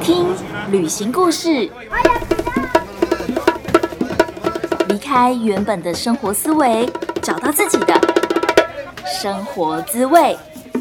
听旅行故事，离开原本的生活思维，找到自己的生活滋味。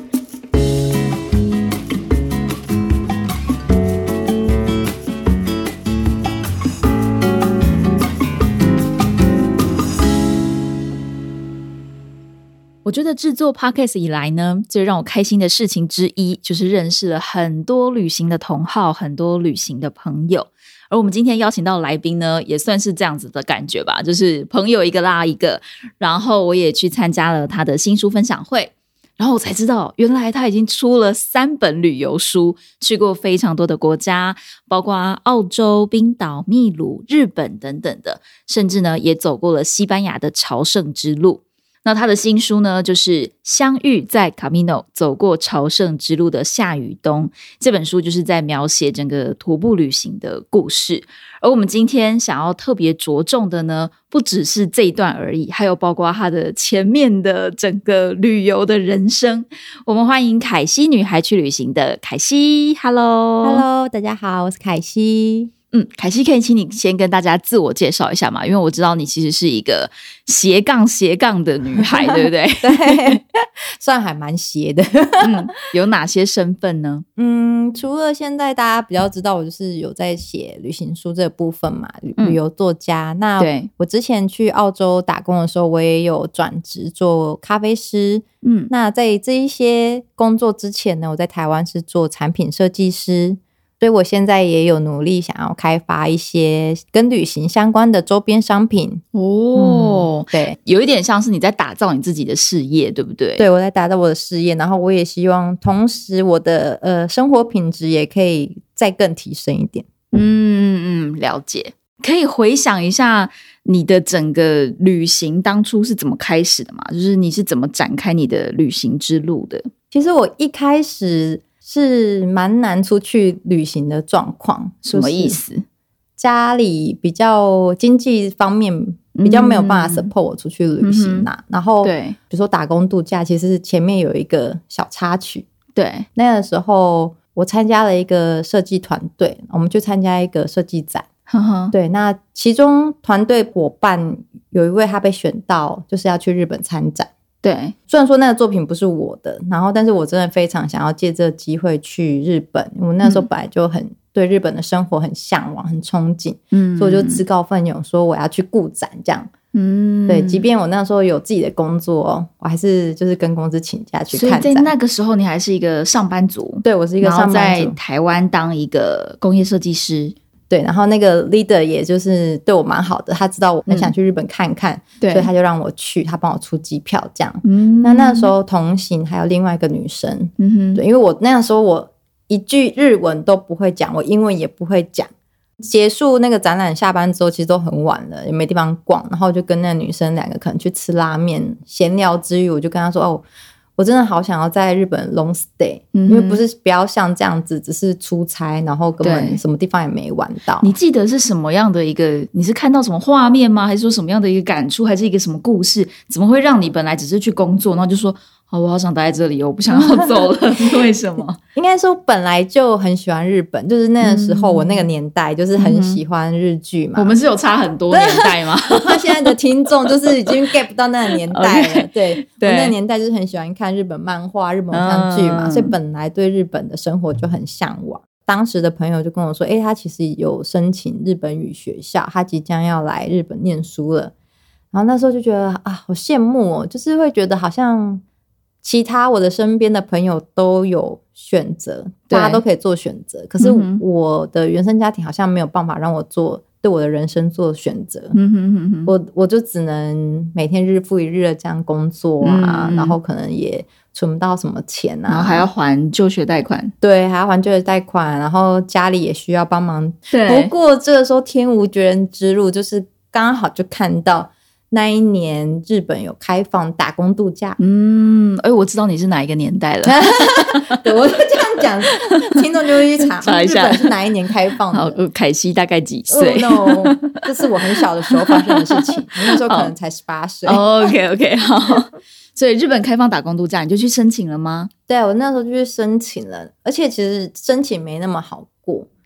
我觉得制作 Podcast 以来呢，最让我开心的事情之一，就是认识了很多旅行的同好，很多旅行的朋友。而我们今天邀请到的来宾呢，也算是这样子的感觉吧，就是朋友一个拉一个。然后我也去参加了他的新书分享会，然后我才知道，原来他已经出了3本旅游书，去过非常多的国家，包括澳洲、冰岛、秘鲁、日本等等的，甚至呢，也走过了西班牙的朝圣之路。那他的新书呢，就是相遇在 Camino 走过朝圣之路的夏与冬。这本书就是在描写整个徒步旅行的故事。而我们今天想要特别着重的呢，不只是这一段而已，还有包括他的前面的整个旅游的人生。我们欢迎凯西女孩去旅行的凯西。 Hello， 大家好，我是凯西。 凯西，可以请你先跟大家自我介绍一下嘛？因为我知道你其实是一个斜杠的女孩，对不对？ 对，算还蛮斜的。 有哪些身份呢？ 除了现在大家比较知道我就是有在写旅行书这个部分嘛，旅游作家。那我之前去澳洲打工的时候，我也有转职做咖啡师。那在这一些工作之前呢，我在台湾是做产品设计师。所以我现在也有努力想要开发一些跟旅行相关的周边商品。 对，有一点像是你在打造你自己的事业，对不对？ 对，我在打造我的事业，然后我也希望同时我的生活品质也可以再更提升一点。 了解。可以回想一下你的整个旅行当初是怎么开始的吗？就是你是怎么展开你的旅行之路的？ 其实我一开始是蛮难出去旅行的状况。 什么意思？ 家里比较经济方面比较没有办法 support 我出去旅行然后比如说打工度假，其实前面有一个小插曲。对，那个时候我参加了一个设计团队，我们去参加一个设计展。对，那其中团队伙伴有一位他被选到就是要去日本参展。对，虽然说那个作品不是我的，然后但是我真的非常想要借这个机会去日本。我那时候本来就很对日本的生活很向往很憧憬，所以我就自告奋勇说我要去顾展这样。对，即便我那时候有自己的工作，我还是就是跟公司请假去看展。 所以在那个时候你还是一个上班族？ 对，我是一个上班族， 然后在台湾当一个工业设计师。 对，然后那个 leader 也就是对我蛮好的，他知道我很想去日本看看，所以他就让我去，他帮我出机票这样。那时候同行还有另外一个女生。对，因为我那个时候我一句日文都不会讲，我英文也不会讲。结束那个展览下班之后其实都很晚了，也没地方逛，然后就跟那个女生2个可能去吃拉面，闲聊之余我就跟她说我真的好想要在日本 long stay，因为不要像这样子只是出差，然后根本什么地方也没玩到。 你记得是什么样的一个，你是看到什么画面吗？还是说什么样的一个感触，还是一个什么故事？怎么会让你本来只是去工作，然后就说我好想待在这里，我不想要走了？为什么？ 应该说本来就很喜欢日本，就是那个时候我那个年代就是很喜欢日剧嘛。 我们是有差很多年代吗？ 那现在的听众就是已经 get 不到那个年代了。对，我那个年代就是很喜欢看日本漫画、日本偶像剧嘛，所以本来对日本的生活就很向往。当时的朋友就跟我说他其实有申请日本语学校，他即将要来日本念书了。然后那时候就觉得好羡慕就是会觉得好像其他我的身边的朋友都有选择，大家都可以做选择，可是我的原生家庭好像没有办法让我对我的人生做选择。我就只能每天日复一日的这样工作然后可能也存不到什么钱然后还要还就学贷款。 对，还要还就学贷款，然后家里也需要帮忙。对，不过这个时候天无绝人之路，就是刚好就看到那一年日本有开放打工度假。 我知道你是哪一个年代了。 对，我就这样讲，听众就会去查一下日本是哪一年开放的。 好，凯西大概几岁 ？No， 这是我很小的时候发生的事情。那时候可能才18岁。 OK， 好。所以日本开放打工度假，你就去申请了吗？ 对，我那时候就去申请了，而且其实申请没那么好过。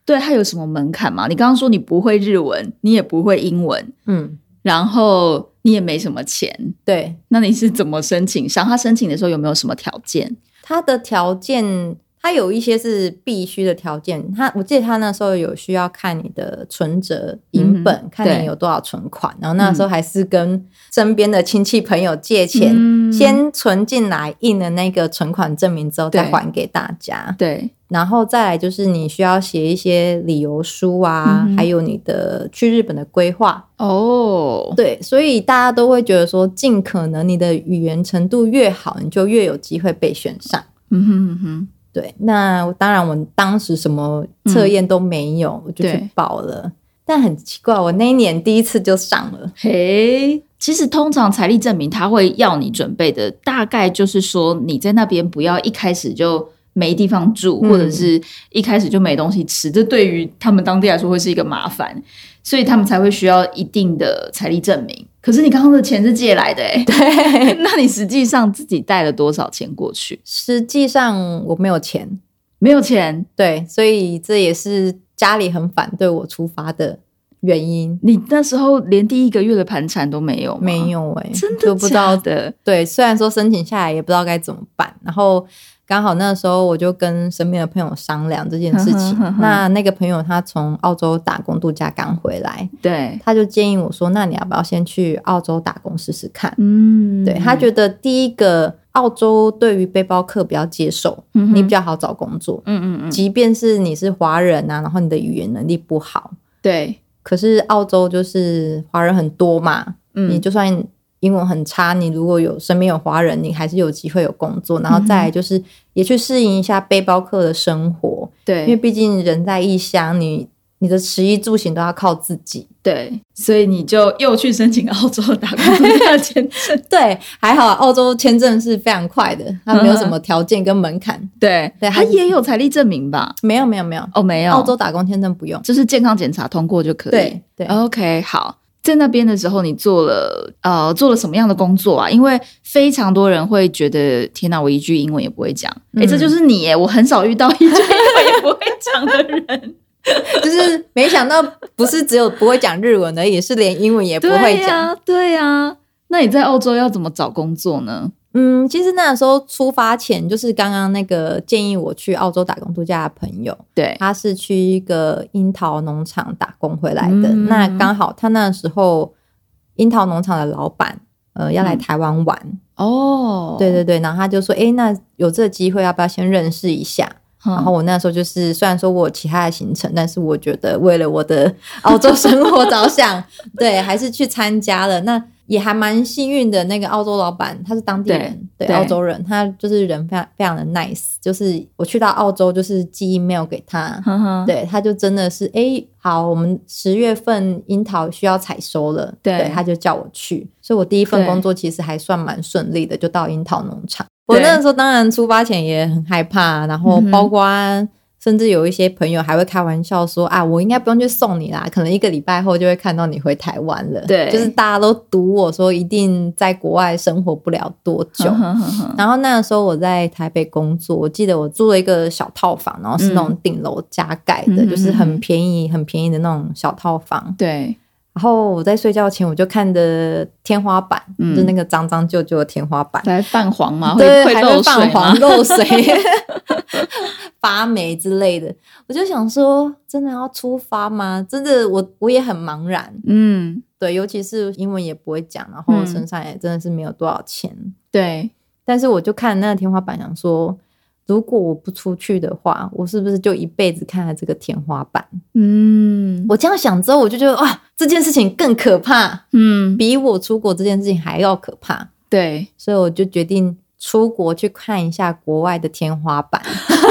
对，它有什么门槛吗？你刚刚说你不会日文，你也不会英文，然后你也没什么钱， 对， 那你是怎么申请上？他申请的时候有没有什么条件？ 他的条件，他有一些是必须的条件。我记得他那时候有需要看你的存折银本，看你有多少存款，然后那时候还是跟身边的亲戚朋友借钱，先存进来，印了那个存款证明之后再还给大家。 对， 然后再来就是你需要写一些理由书啊，还有你的去日本的规划。对，所以大家都会觉得说，尽可能你的语言程度越好，你就越有机会被选上。对，那当然我当时什么测验都没有，我就去报了。但很奇怪，我那一年第一次就上了。 其实通常财力证明他会要你准备的，大概就是说你在那边不要一开始就没地方住，或者是一开始就没东西吃，这对于他们当地来说会是一个麻烦，所以他们才会需要一定的财力证明。可是你刚刚的钱是借来的对， 那你实际上自己带了多少钱过去？ 实际上我没有钱。 对， 所以这也是家里很反对我出发的原因。 你那时候连第1个月的盘缠都没有吗？ 没有真的假的？ 对，虽然说申请下来也不知道该怎么办，然后刚好那时候我就跟身边的朋友商量这件事情。那个朋友他从澳洲打工度假刚回来， 对， 他就建议我说，那你要不要先去澳洲打工试试看？对，他觉得第一个澳洲对于背包客比较接受，你比较好找工作。即便是你是华人啊，然后你的语言能力不好， 对， 可是澳洲就是华人很多嘛，你就算英文很差，你如果身边有华人，你还是有机会有工作。然后再来就是也去适应一下背包客的生活。对，因为毕竟人在异乡，你的食衣住行都要靠自己。 对，所以你就又去申请澳洲打工度假签证。 对，还好澳洲签证是非常快的，它没有什么条件跟门槛。 对，它也有财力证明吧？ 没有没有，澳洲打工签证不用， 就是健康检查通过就可以。 对 OK， 好。在那边的时候你做了什么样的工作啊？因为非常多人会觉得天哪，我一句英文也不会讲。这就是你耶，我很少遇到一句英文也不会讲的人。 就是没想到不是只有不会讲日文而已，是连英文也不会讲。 对呀。那你在澳洲要怎么找工作呢？ 其实那时候出发前，就是刚刚那个建议我去澳洲打工度假的朋友， 对， 他是去一个樱桃农场打工回来的。那刚好他那时候樱桃农场的老板要来台湾玩。对，然后他就说那有这个机会要不要先认识一下。然后我那时候就是虽然说我有其他的行程，但是我觉得为了我的澳洲生活着想对，还是去参加了。那也还蛮幸运的，那个澳洲老板他是当地人，对澳洲人，他就是人非常非常的 nice。就是我去到澳洲就是寄 email 给他，对，他就真的是好，我们10月份樱桃需要采收了，对，他就叫我去。所以我第一份工作其实还算蛮顺利的，就到樱桃农场。我那个时候当然出发前也很害怕，然后包括甚至有一些朋友还会开玩笑说我应该不用去送你啦，可能1个礼拜后就会看到你回台湾了。对，就是大家都赌我说一定在国外生活不了多久。然后那个时候我在台北工作，我记得我住了一个小套房，然后是那种顶楼加盖的，就是很便宜很便宜的那种小套房。对，然后我在睡觉前我就看着天花板，就是那个脏脏旧旧的天花板， 还泛黄吗？ 对， 会漏水吗？ 泛黄漏水发霉之类的。我就想说真的要出发吗？真的我也很茫然。对，尤其是英文也不会讲，然后身上也真的是没有多少钱。对，但是我就看那个天花板想说，如果我不出去的话，我是不是就一辈子看着这个天花板？我这样想之后，我就觉得这件事情更可怕，比我出国这件事情还要可怕。对，所以我就决定出国去看一下国外的天花板。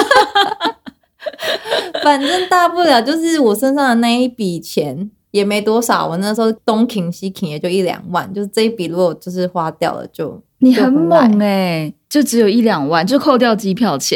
反正大不了就是我身上的那一笔钱也没多少，我那时候东挺西挺也就1-2万，就是这一笔如果就是花掉了就你很猛就只有1-2万，就扣掉机票钱。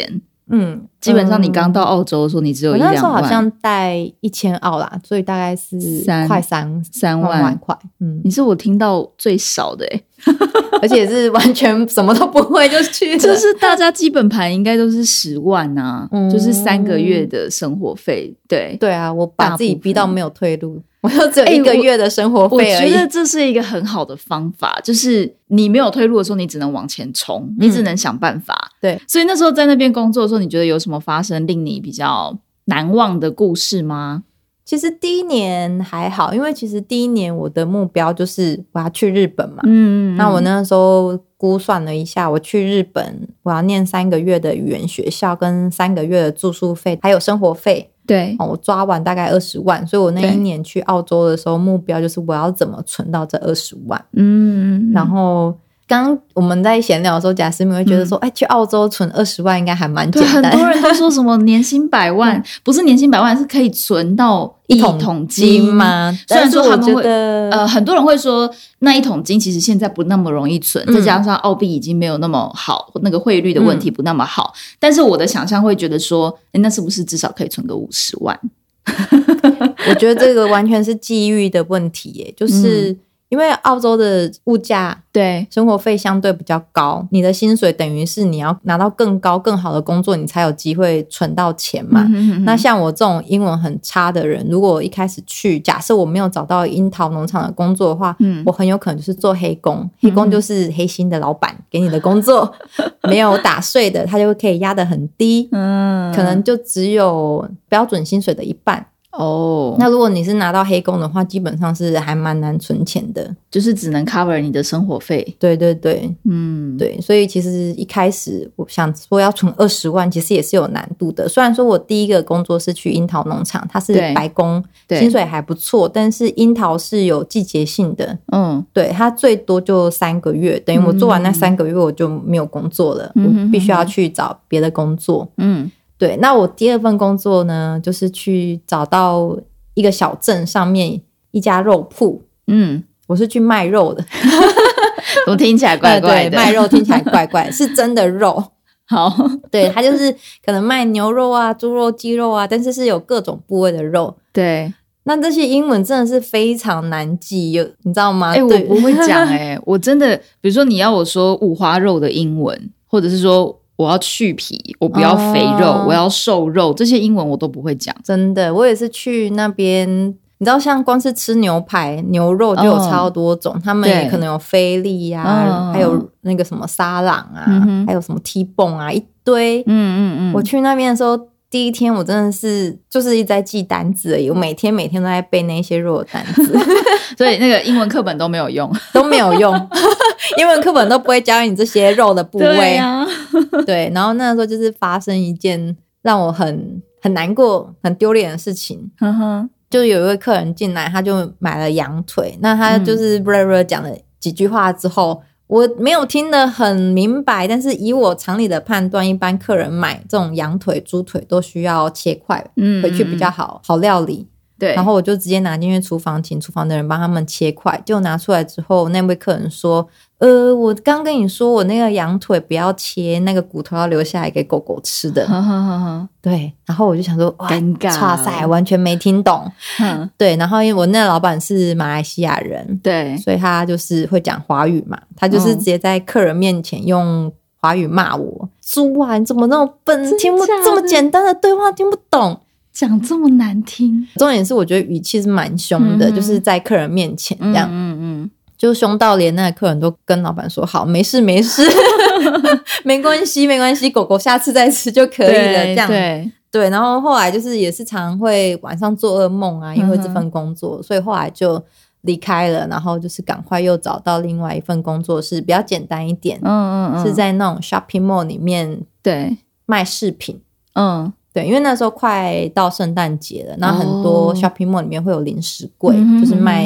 基本上你刚到澳洲的时候你只有1-2万， 我那时候好像带1000澳啦，所以大概是快3万块。 你是我听到最少的而且是完全什么都不会就去了， 就是大家基本盘应该都是10万啊，就是3个月的生活费。 对啊，我把自己逼到没有退路，我就只有1个月的生活费而已。 我觉得这是一个很好的方法，就是你没有退路的时候你只能往前冲，你只能想办法。 对， 所以那时候在那边工作的时候，你觉得有什么发生令你比较难忘的故事吗？ 其实第一年还好，因为其实第一年我的目标就是我要去日本嘛。那我那时候估算了一下，我去日本我要念3个月的语言学校跟3个月的住宿费还有生活费。 对， 我抓完大概20万，所以我那一年去澳洲的时候目标就是我要怎么存到这20万。然后刚刚我们在闲聊的时候，贾斯敏会觉得说去澳洲存20万应该还蛮简单。 很多人都说什么年薪100万不是年薪100万，是可以存到1桶金吗？ 虽然说他们会很多人会说那1桶金其实现在不那么容易存，再加上澳币已经没有那么好，那个汇率的问题不那么好，但是我的想象会觉得说那是不是至少可以存个50万？ 我觉得这个完全是机遇的问题耶，就是因为澳洲的物价对生活费相对比较高，你的薪水等于是你要拿到更高更好的工作你才有机会存到钱嘛。那像我这种英文很差的人，如果一开始去，假设我没有找到樱桃农场的工作的话，我很有可能就是做黑工。黑工就是黑心的老板给你的工作没有打税的，他就可以压得很低，可能就只有标准薪水的1半。那如果你是拿到黑工的话，基本上是还蛮难存钱的， 就是只能 cover 你的生活费。 对对对，对，所以其实一开始我想说要存20万其实也是有难度的。虽然说我第一个工作是去樱桃农场，它是白工，薪水还不错，但是樱桃是有季节性的，对，它最多就3个月，等于我做完那3个月我就没有工作了，我必须要去找别的工作。对，那我第2份工作呢，就是去找到一个小镇上面一家肉铺。我是去卖肉的。 我听起来怪怪的。 对，卖肉听起来怪怪是真的肉。 好， 对，它就是可能卖牛肉啊、猪肉、鸡肉啊，但是是有各种部位的肉。 对， 那这些英文真的是非常难记，你知道吗？ 我不会讲我真的，比如说你要我说五花肉的英文，或者是说我要去皮，我不要肥肉，我要瘦肉，这些英文我都不会讲。 真的，我也是去那边，你知道像光是吃牛排牛肉就有超多种，他们也可能有菲力啊，还有那个什么沙朗啊，还有什么 T-bone 啊，一堆。我去那边的时候第一天我真的是就是一直在记单字而已，我每天都在背那些肉的单字。 所以那个英文课本都没有用。 都没有用。英文课本都不会教你这些肉的部位。 对啊。 对，然后那时候就是发生一件让我很难过很丢脸的事情。就有一位客人进来，他就买了羊腿，那他就是讲了几句话之后，我没有听得很明白，但是以我常理的判断，一般客人买这种羊腿猪腿都需要切块回去比较好料理。对，然后我就直接拿进去厨房，请厨房的人帮他们切块。就拿出来之后，那位客人说我刚跟你说我那个羊腿不要切，那个骨头要留下来给狗狗吃的。对，然后我就想说尴尬， 哇塞，完全没听懂。对，然后因为我那个老板是马来西亚人，对，所以他就是会讲华语嘛，他就是直接在客人面前用华语骂我，猪啊你怎么那么笨，听不这么简单的对话听不懂， 讲这么难听。 重点是我觉得语气是蛮凶的，就是在客人面前这样。就凶到连那个客人都跟老板说好没事没事。没关系狗狗下次再吃就可以了这样。对，然后后来就是也是常会晚上做噩梦啊，因为这份工作，所以后来就离开了，然后就是赶快又找到另外一份工作，是比较简单一点。是在那种 shopping mall 里面对卖饰品。对，因为那时候快到圣诞节了，那很多 shopping mall 里面会有零食柜，就是卖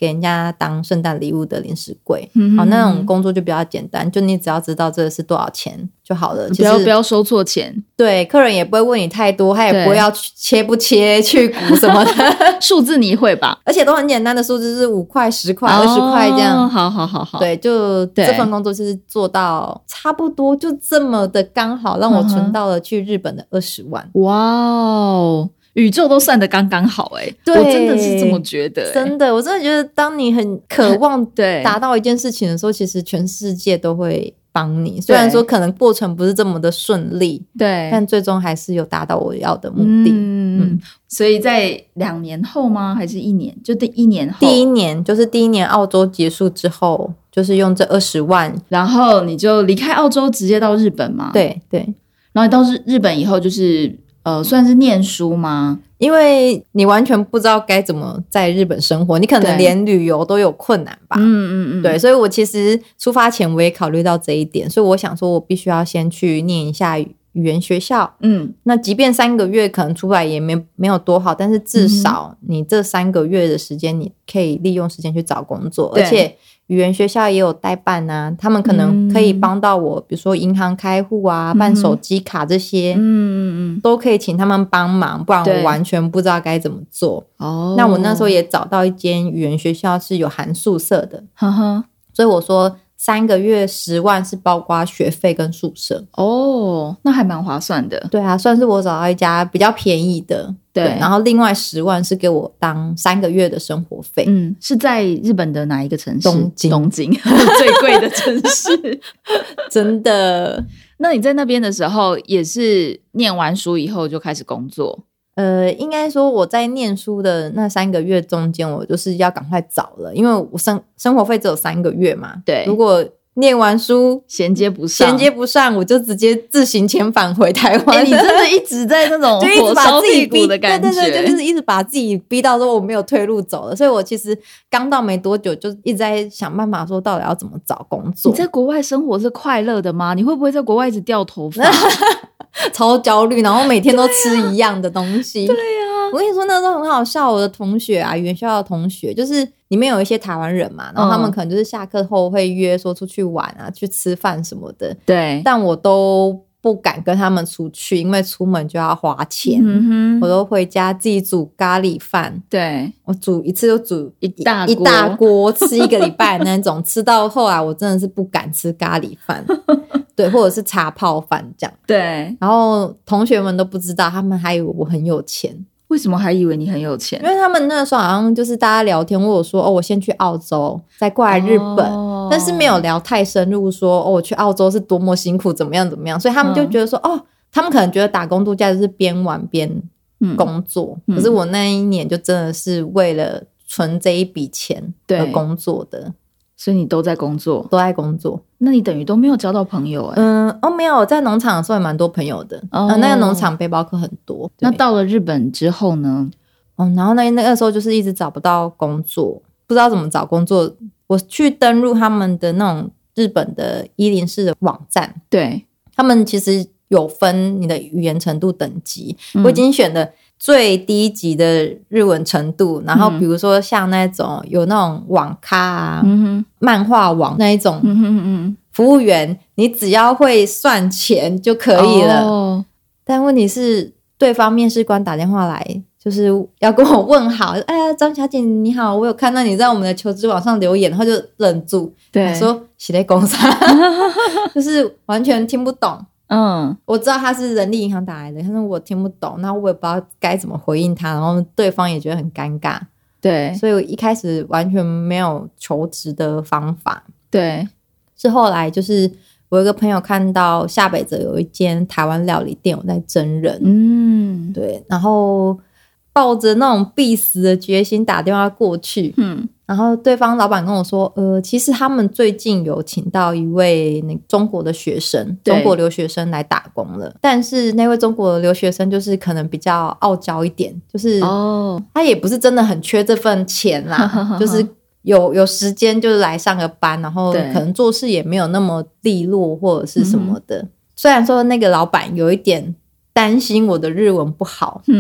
给人家当圣诞礼物的零食柜。好，那种工作就比较简单，就你只要知道这是多少钱就好了， 不要收错钱。 对，客人也不会问你太多，他也不会要切不切去骨什么的数字你会吧？ 而且都很简单的数字，是5块、10块、20块这样。 好。 对，就这份工作就是做到差不多就这么的刚好，让我存到了去日本的20万。 哇哦！宇宙都算得刚刚好对， 我真的是这么觉得真的，我真的觉得当你很渴望达到一件事情的时候，其实全世界都会帮你，虽然说可能过程不是这么的顺利，对，但最终还是有达到我要的目的。 所以在2年后吗？还是1年？就第1年后， 第一年就是第1年澳洲结束之后，就是用这20万， 然后你就离开澳洲直接到日本吗？ 对， 然后你到日本以后就是算是念书吗？ 因为你完全不知道该怎么在日本生活，你可能连旅游都有困难吧。对，所以我其实出发前我也考虑到这一点，所以我想说我必须要先去念一下语言学校。那即便3个月可能出来也没有多好，但是至少你这3个月的时间你可以利用时间去找工作，而且语言学校也有代办啊，他们可能可以帮到我，比如说银行开户啊、办手机卡这些，都可以请他们帮忙，不然我完全不知道该怎么做。那我那时候也找到一间语言学校是有含宿舍的，所以我说3个月10万是包括学费跟宿舍。 那还蛮划算的。 对啊，算是我找到一家比较便宜的。对，然后另外10万是给我当3个月的生活费。 是在日本的哪一个城市？ 东京最贵的城市真的。 那你在那边的时候也是念完书以后就开始工作？ 应该说我在念书的那3个月中间，我就是要赶快找了，因为我生活费只有3个月嘛。对，如果念完书衔接不上， 我就直接自行遣返回台湾。 你真的一直在那种火烧屁股的感觉。 对，就是一直把自己逼到说我没有退路走了。所以我其实刚到没多久就一直在想办法说到底要怎么找工作。 你在国外生活是快乐的吗？你会不会在国外一直掉头发超焦虑，然后每天都吃一样的东西。 对啊， 我跟你说那时候很好笑，我的同学啊，语言学校的同学，就是里面有一些台湾人嘛，然后他们可能就是下课后会约说出去玩啊，去吃饭什么的。对，但我都不敢跟他们出去，因为出门就要花钱。我都回家自己煮咖喱饭。对，我煮一次就煮一大锅吃1个礼拜那种吃到后来我真的是不敢吃咖喱饭对，或者是茶泡饭这样。对，然后同学们都不知道，他们还以为我很有钱。 为什么还以为你很有钱？ 因为他们那个时候好像就是大家聊天问我说我先去澳洲再过来日本，但是没有聊太深入说我去澳洲是多么辛苦怎么样，所以他们就觉得说他们可能觉得打工度假就是边玩边工作，可是我那一年就真的是为了存这一笔钱而工作的。 所以你都在工作？ 都在工作。 那你等于都没有交到朋友没有，在农场的时候也蛮多朋友的。那个农场背包客很多。 那到了日本之后呢？ 然后那个时候就是一直找不到工作，不知道怎么找工作。我去登入他们的那种日本的104的网站，对，他们其实有分你的语言程度等级。我已经选了最低级的日文程度，然后比如说像那种有那种网咖啊、漫画网那一种服务员，你只要会算钱就可以了。但问题是对方面试官打电话来就是要跟我问好，张小姐你好，我有看到你在我们的求职网上留言，然后就忍住，对，说是在讲啥就是完全听不懂。我知道他是人力银行打来的，但是我听不懂，那我也不知道该怎么回应他，然后对方也觉得很尴尬。对，所以我一开始完全没有求职的方法。对，是后来就是我有一个朋友看到下北泽有一间台湾料理店有在征人，对，然后抱着那种必死的决心打电话过去，然后对方老板跟我说其实他们最近有请到一位中国的学生，中国留学生来打工了，但是那位中国的留学生就是可能比较傲娇一点，就是他也不是真的很缺这份钱啦就是有时间就是来上个班，然后可能做事也没有那么利落或者是什么的。虽然说那个老板有一点担心我的日文不好，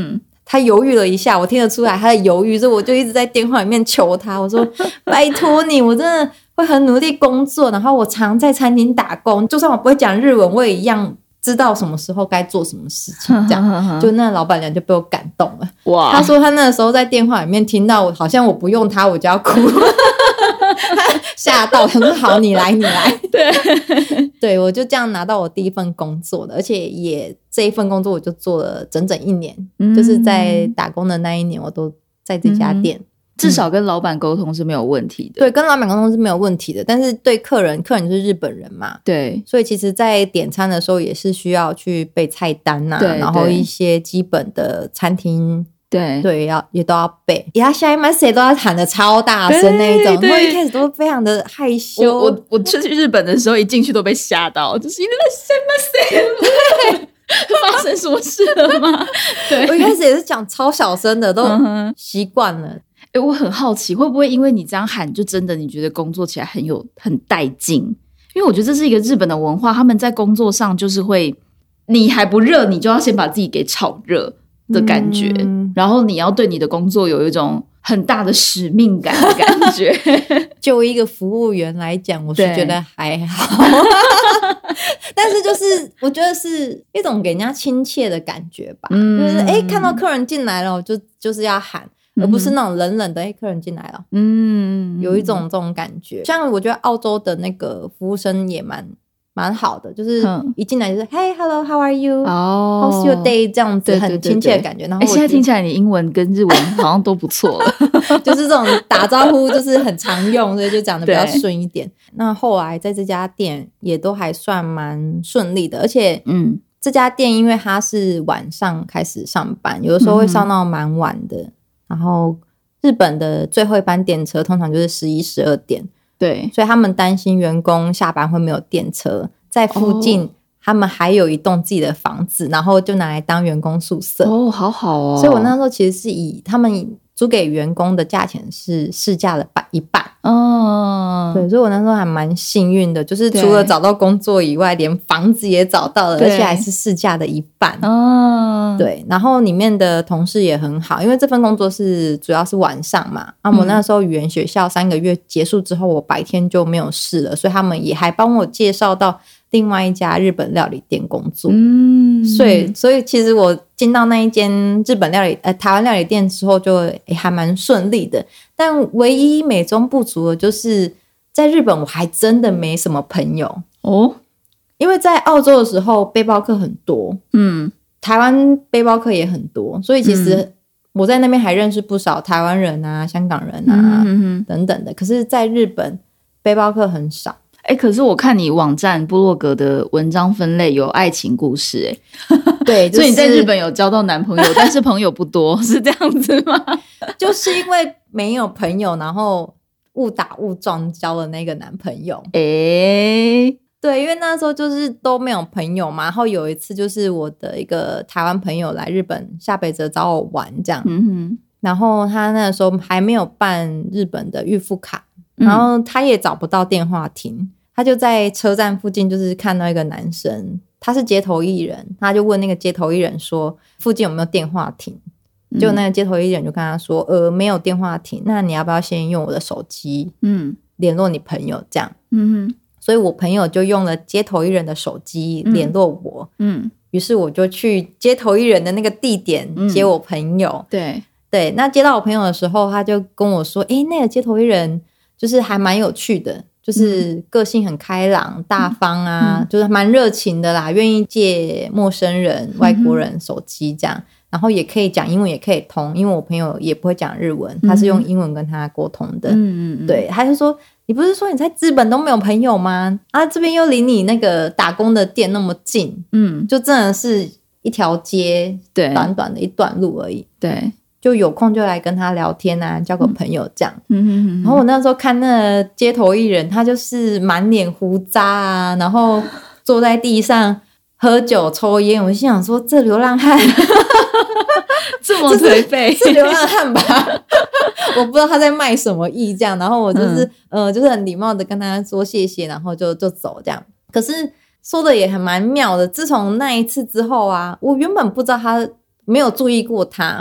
他犹豫了一下，我听得出来他的犹豫，所以我就一直在电话里面求他，我说拜托你，我真的会很努力工作，然后我常在餐厅打工，就算我不会讲日文，我也一样知道什么时候该做什么事情，这样就那老板娘就被我感动了。哇！她说她那个时候在电话里面听到好像我不用她我就要哭，吓到，她说好，你来。对，我就这样拿到我第一份工作的，而且也这一份工作我就做了整整1年，就是在打工的那1年我都在这家店。 至少跟老板沟通是没有问题的。 对，跟老板沟通是没有问题的，但是对客人就是日本人嘛， 对， 所以其实在点餐的时候也是需要去背菜单啊，然后一些基本的餐厅对也都要背。いらっしゃいませ都要喊得超大声那一种，我一开始都非常的害羞。 我去日本的时候一進去都被嚇到，就是いらっしゃいませ发生什么事了吗？对， 我一开始也是讲超小声的，都习惯了。 我很好奇会不会因为你这样喊就真的你觉得工作起来很带劲，因为我觉得这是一个日本的文化，他们在工作上就是会你还不热你就要先把自己给炒热的感觉，然后你要对你的工作有一种很大的使命感的感觉。 就一个服务员来讲我是觉得还好但是就是我觉得是一种给人家亲切的感觉吧，就是看到客人进来了就是要喊，而不是那种冷冷的客人进来了，有一种这种感觉。像我觉得澳洲的那个服务生也蛮好的，就是一进来就是 Hey hello how are you how's your day 这样子很亲切的感觉。然后现在听起来你英文跟日文好像都不错了就是这种打招呼就是很常用，所以就讲得比较顺一点。那后来在这家店也都还算蛮顺利的，而且这家店因为它是晚上开始上班，有的时候会上到蛮晚的，然后日本的最后一班电车通常就是11、12点，对，所以他们担心员工下班会没有电车，在附近他们还有一栋自己的房子，然后就拿来当员工宿舍。 好好哦。 所以我那时候其实是以他们租给员工的价钱是市价的一半。对，所以我那时候还蛮幸运的，就是除了找到工作以外连房子也找到了，而且还是市价的一半。对，然后里面的同事也很好，因为这份工作是主要是晚上嘛，我那时候语言学校3个月结束之后我白天就没有事了，所以他们也还帮我介绍到另外一家日本料理店工作。所以其实我进到那一间日本料理台湾料理店之后就还蛮顺利的，但唯一美中不足的就是在日本我还真的没什么朋友因为在澳洲的时候背包客很多，台湾背包客也很多，所以其实我在那边还认识不少台湾人啊、香港人啊等等的，可是在日本背包客很少。 可是我看你网站部落格的文章分类有爱情故事对、就是， 所以你在日本有交到男朋友但是朋友不多是这样子吗？ 就是因为没有朋友，然后误打误撞交了那个男朋友。对，因为那时候就是都没有朋友嘛，然后有一次就是我的一个台湾朋友来日本下北泽找我玩这样，然后他那时候还没有办日本的预付卡，然后他也找不到电话亭，他就在车站附近就是看到一个男生，他是街头艺人，他就问那个街头艺人说附近有没有电话亭，结果那个街头艺人就跟他说没有电话亭，那你要不要先用我的手机联络你朋友这样。所以我朋友就用了街头艺人的手机联络我，于是我就去街头艺人的那个地点接我朋友。对，那接到我朋友的时候他就跟我说那个街头艺人就是还蛮有趣的，就是个性很开朗大方啊，就是蛮热情的啦，愿意借陌生人外国人手机这样，然后也可以讲英文也可以通，因为我朋友也不会讲日文，他是用英文跟他沟通的。对，他就说你不是说你在日本都没有朋友吗？这边又离你那个打工的店那么近，就真的是一条街，短短的一段路而已。对，就有空就来跟他聊天啊，交个朋友这样。然后我那时候看那个街头艺人，他就是满脸胡渣啊，然后坐在地上喝酒抽烟，我心想说这流浪汉这么颓废是流浪汉吧我不知道他在卖什么艺这样，然后我就是就是很礼貌的跟他说谢谢，然后就走这样。可是说的也还蛮妙的，自从那一次之后啊，我原本不知道他，没有注意过他，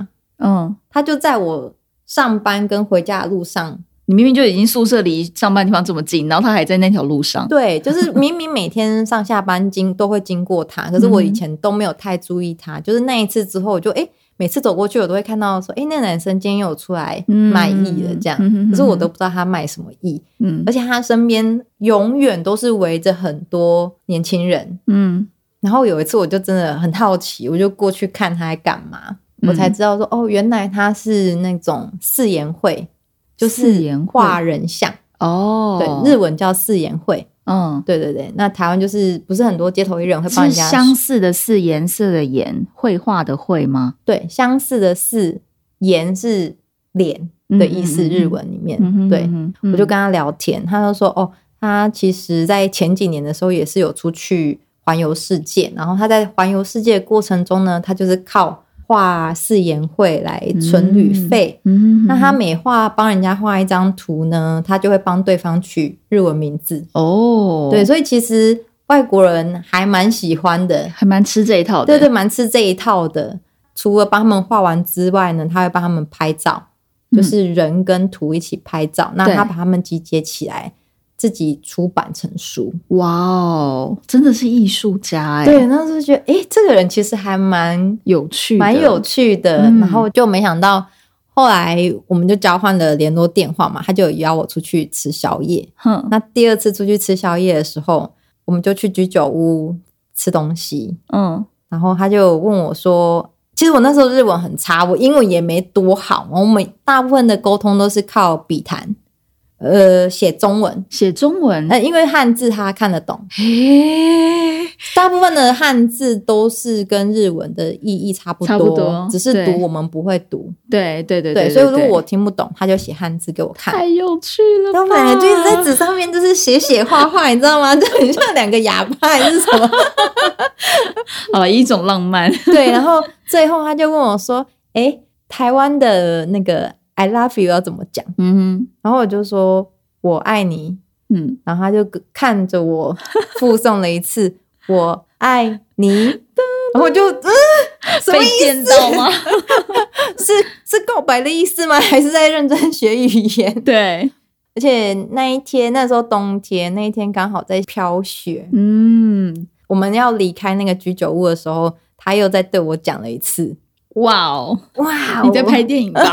他就在我上班跟回家的路上。 你明明就已经宿舍离上班地方这么近，然后他还在那条路上。 对，就是明明每天上下班都会经过他，可是我以前都没有太注意他。就是那一次之后，我就每次走过去我都会看到说那男生今天又有出来卖艺了这样，可是我都不知道他卖什么艺。而且他身边永远都是围着很多年轻人。然后有一次我就真的很好奇，我就过去看他在干嘛，我才知道说原来他是那种四言会，就是画人像。对，日文叫四言会。对对对，那台湾就是不是很多街头艺人会帮人家， 是相似的似，颜色的颜，绘画的绘吗？ 对，相似的似，颜是脸的意思，日文里面。对，我就跟他聊天，他就说他其实在前几年的时候也是有出去环游世界，然后他在环游世界的过程中呢，他就是靠画四言会来存旅费。那他每帮人家画一张图呢，他就会帮对方取日文名字。对，所以其实外国人还蛮喜欢的， 还蛮吃这一套的。 对对，蛮吃这一套的。除了帮他们画完之外呢，他会帮他们拍照，就是人跟图一起拍照。那他把他们集结起来，自己出版成书。 哇哦，真的是艺术家。 对，那时候觉得这个人其实还蛮有趣的，然后就没想到后来我们就交换了联络电话嘛，他就有邀我出去吃宵夜。那第二次出去吃宵夜的时候，我们就去居酒屋吃东西。然后他就问我说，其实我那时候日文很差，我英文也没多好，我们大部分的沟通都是靠笔谈。写中文，因为汉字他看得懂。大部分的汉字都是跟日文的意义差不多，只是读我们不会读。 对， 所以如果我听不懂，他就写汉字给我看。 太有趣了吧！ 他本来就一直在纸上面就是写画，你知道吗？就很像两个哑巴还是什么。 好了，一种浪漫。 对，然后最后他就问我说：“台湾的那个。I love you 要怎么讲？”然后我就说我爱你。然后他就看着我附送了一次我爱你。然后我就什么意思？ 被电到吗？ 是告白的意思吗？还是在认真学语言？ 对， 而且那时候冬天，那一天刚好在飘雪。我们要离开那个居酒屋的时候，他又再对我讲了一次。 哇哦！你在拍电影吧？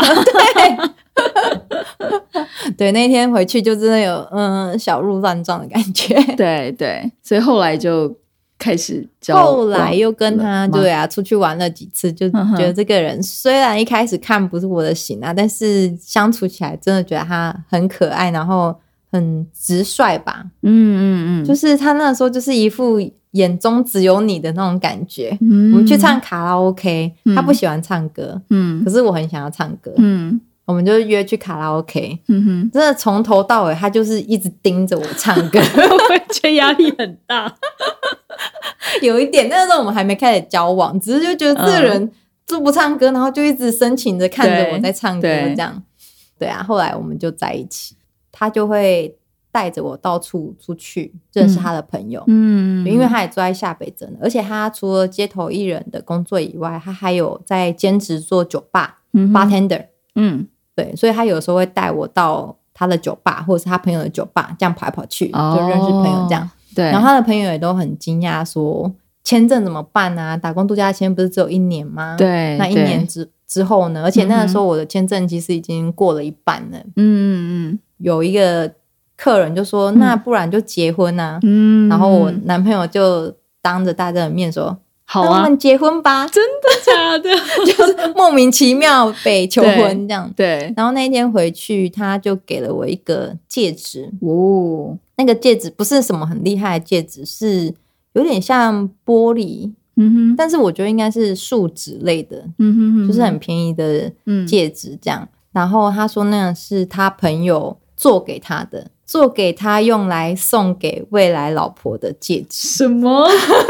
对，那天回去就真的有小鹿乱撞的感觉。 对，所以后来就开始后来又跟他出去玩了几次，就觉得这个人虽然一开始看不是我的型但是相处起来真的觉得他很可爱，然后很直率吧。就是他那时候就是一副眼中只有你的那种感觉。我们去唱卡拉 OK，他不喜欢唱歌，可是我很想要唱歌。我们就约去卡拉 OK。真的从头到尾他就是一直盯着我唱歌。 我觉得压力很大。 有一点，那时候我们还没开始交往，只是就觉得这个人就不唱歌，然后就一直深情的看着我在唱歌这样。对啊，后来我们就在一起，他就会带着我到处出去认识他的朋友。因为他也住在下北镇，而且他除了街头艺人的工作以外，他还有在兼职做酒吧bartender。对，所以他有时候会带我到他的酒吧或者是他朋友的酒吧，这样跑来跑去，就认识朋友这样。对，然后他的朋友也都很惊讶说签证怎么办啊，打工度假签不是只有1年吗？ 对， 那1年之后呢？而且那个时候我的签证其实已经过了一半了。有一个客人就说那不然就结婚啊。然后我男朋友就当着大家的面说好啊，那我们结婚吧。 真的假的？ 就是莫名其妙被求婚这样。 对， 然后那一天回去他就给了我一个戒指。那个戒指不是什么很厉害的戒指，是有点像玻璃。但是我觉得应该是树脂类的。就是很便宜的戒指这样。然后他说那个是他朋友做给他的，做给他用来送给未来老婆的戒指。 什么？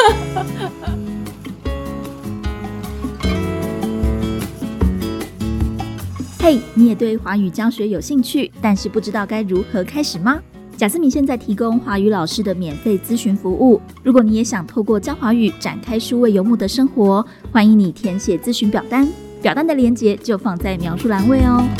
嘿，你也对华语教学有兴趣，但是不知道该如何开始吗？贾斯敏现在提供华语老师的免费咨询服务，如果你也想透过教华语展开数位游牧的生活，欢迎你填写咨询表单。 表单的连结就放在描述栏位哦。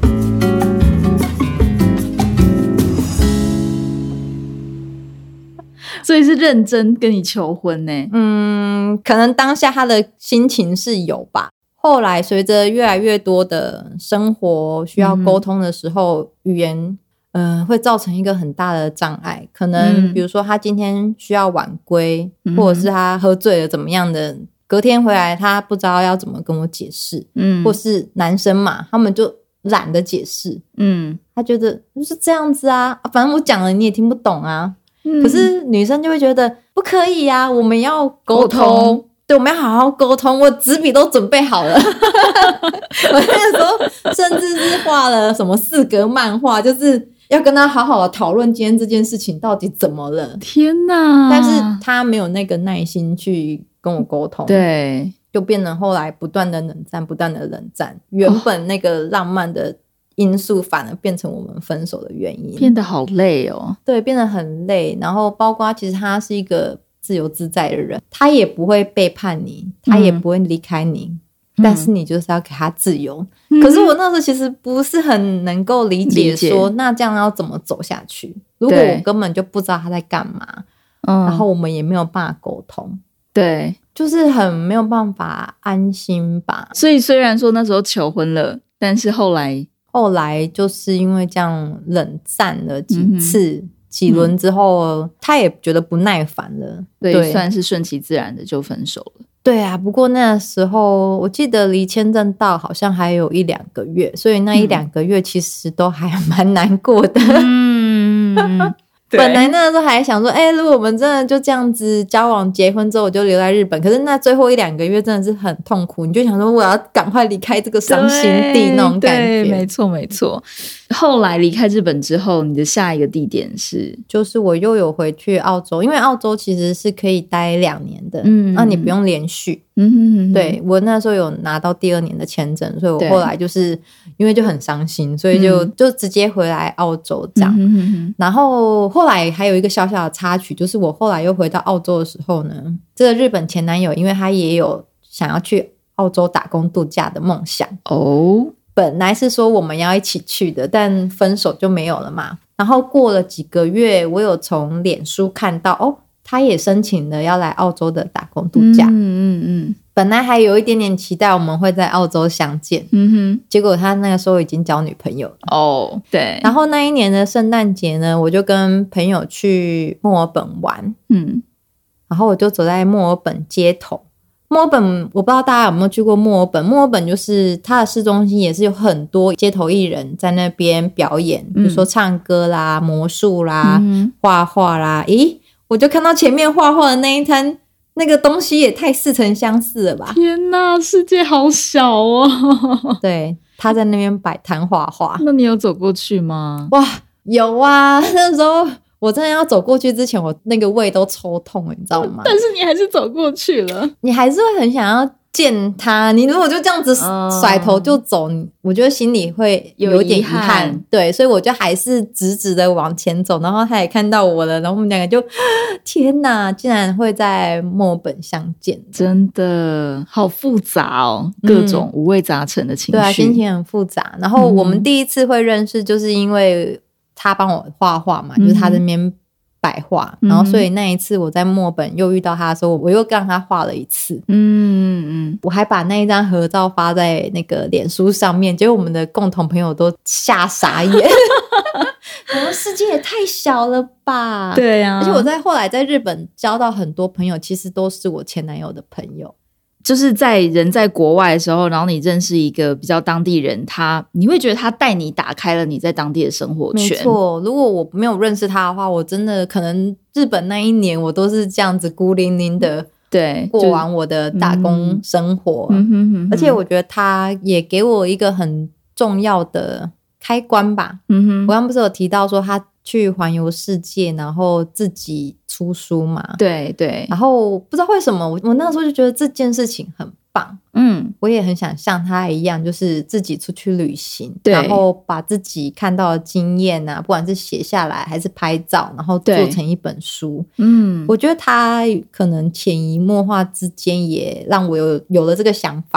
所以是认真跟你求婚呢？ 可能当下他的心情是有吧。后来随着越来越多的生活需要沟通的时候，语言会造成一个很大的障碍。可能比如说他今天需要晚归，或者是他喝醉了怎么样的，隔天回来他不知道要怎么跟我解释，或是男生嘛，他们就懒得解释，他觉得就是这样子啊，反正我讲了你也听不懂啊。可是女生就会觉得不可以啊，我们要沟通，对，我们要好好沟通，我纸笔都准备好了。我那个时候甚至是画了什么4格漫画，就是要跟他好好的讨论今天这件事情到底怎么了。 天哪！ 但是他没有那个耐心去跟我沟通， 对， 就变成后来不断的冷战，不断的冷战，原本那个浪漫的因素反而变成我们分手的原因， 变得好累哦。 对，变得很累。然后包括其实他是一个自由自在的人，他也不会背叛你，他也不会离开你，但是你就是要给他自由。可是我那时候其实不是很能够理解说那这样要怎么走下去，如果我根本就不知道他在干嘛，然后我们也没有办法沟通， 对， 就是很没有办法安心吧。 所以虽然说那时候求婚了，但是后来就是因为这样冷战了几次，几轮之后，他也觉得不耐烦了， 对，算是顺其自然的就分手了。 对啊，不过那时候我记得离签证到好像还有1-2个月，所以那1-2个月其实都还蛮难过的。本来那时候还想说如果我们真的就这样子交往结婚之后我就留在日本，可是那最后1-2个月真的是很痛苦，你就想说我要赶快离开这个伤心地那种感觉。 对，没错没错。后来离开日本之后，你的下一个地点是？ 就是我又有回去澳洲，因为澳洲其实是可以待2年的，那你不用连续。对，我那时候有拿到第2年的签证，所以我后来就是因为就很伤心，所以就直接回来澳洲这样。然后后来还有一个小小的插曲，就是我后来又回到澳洲的时候呢，这个日本前男友因为他也有想要去澳洲打工度假的梦想哦，本来是说我们要一起去的，但分手就没有了嘛。然后过了几个月，我有从脸书看到他也申请了要来澳洲的打工度假。本来还有一点点期待我们会在澳洲相见，结果他那个时候已经交女朋友了。 对。 然后那一年的圣诞节呢，我就跟朋友去墨尔本玩，然后我就走在墨尔本街头。墨尔本我不知道大家有没有去过墨尔本，墨尔本就是它的市中心也是有很多街头艺人在那边表演，比如说唱歌啦、魔术啦、画画啦。我就看到前面画画的那一摊，那个东西也太似曾相识了吧。 天哪，世界好小哦。 对，他在那边摆摊画画。 那你有走过去吗？ 哇，有啊，那时候我真的要走过去之前，我那个胃都抽痛了，你知道吗？ 但是你还是走过去了， 你还是会很想要见他。你如果就这样子甩头就走，我觉得心里会有点遗憾。对，所以我就还是直直的往前走，然后他也看到我了，然后我们2个就天哪，竟然会在墨尔本相见， 真的好复杂哦，各种五味杂陈的情绪。 对啊，心情很复杂。然后我们第一次会认识，就是因为他帮我画画嘛，就是他在那边摆画，然后所以那一次我在墨尔本又遇到他的时候，我又让他画了一次。我还把那一张合照发在那个脸书上面，结果我们的共同朋友都吓傻眼。我们世界也太小了吧。 对啊， 而且我后来在日本交到很多朋友，其实都是我前男友的朋友。 就是在人在国外的时候，然后你认识一个比较当地人，你会觉得他带你打开了你在当地的生活圈。 没错，如果我没有认识他的话，我真的可能日本那一年我都是这样子孤零零的过完我的打工生活。而且我觉得他也给我一个很重要的开关吧。我刚不是有提到说他去环游世界，然后自己出书嘛。 对对。 然后不知道为什么我那时候就觉得这件事情很棒。我也很想像他一样，就是自己出去旅行，然后把自己看到的经验啊，不管是写下来还是拍照，然后做成一本书。我觉得他可能潜移默化之间也让我有了这个想法。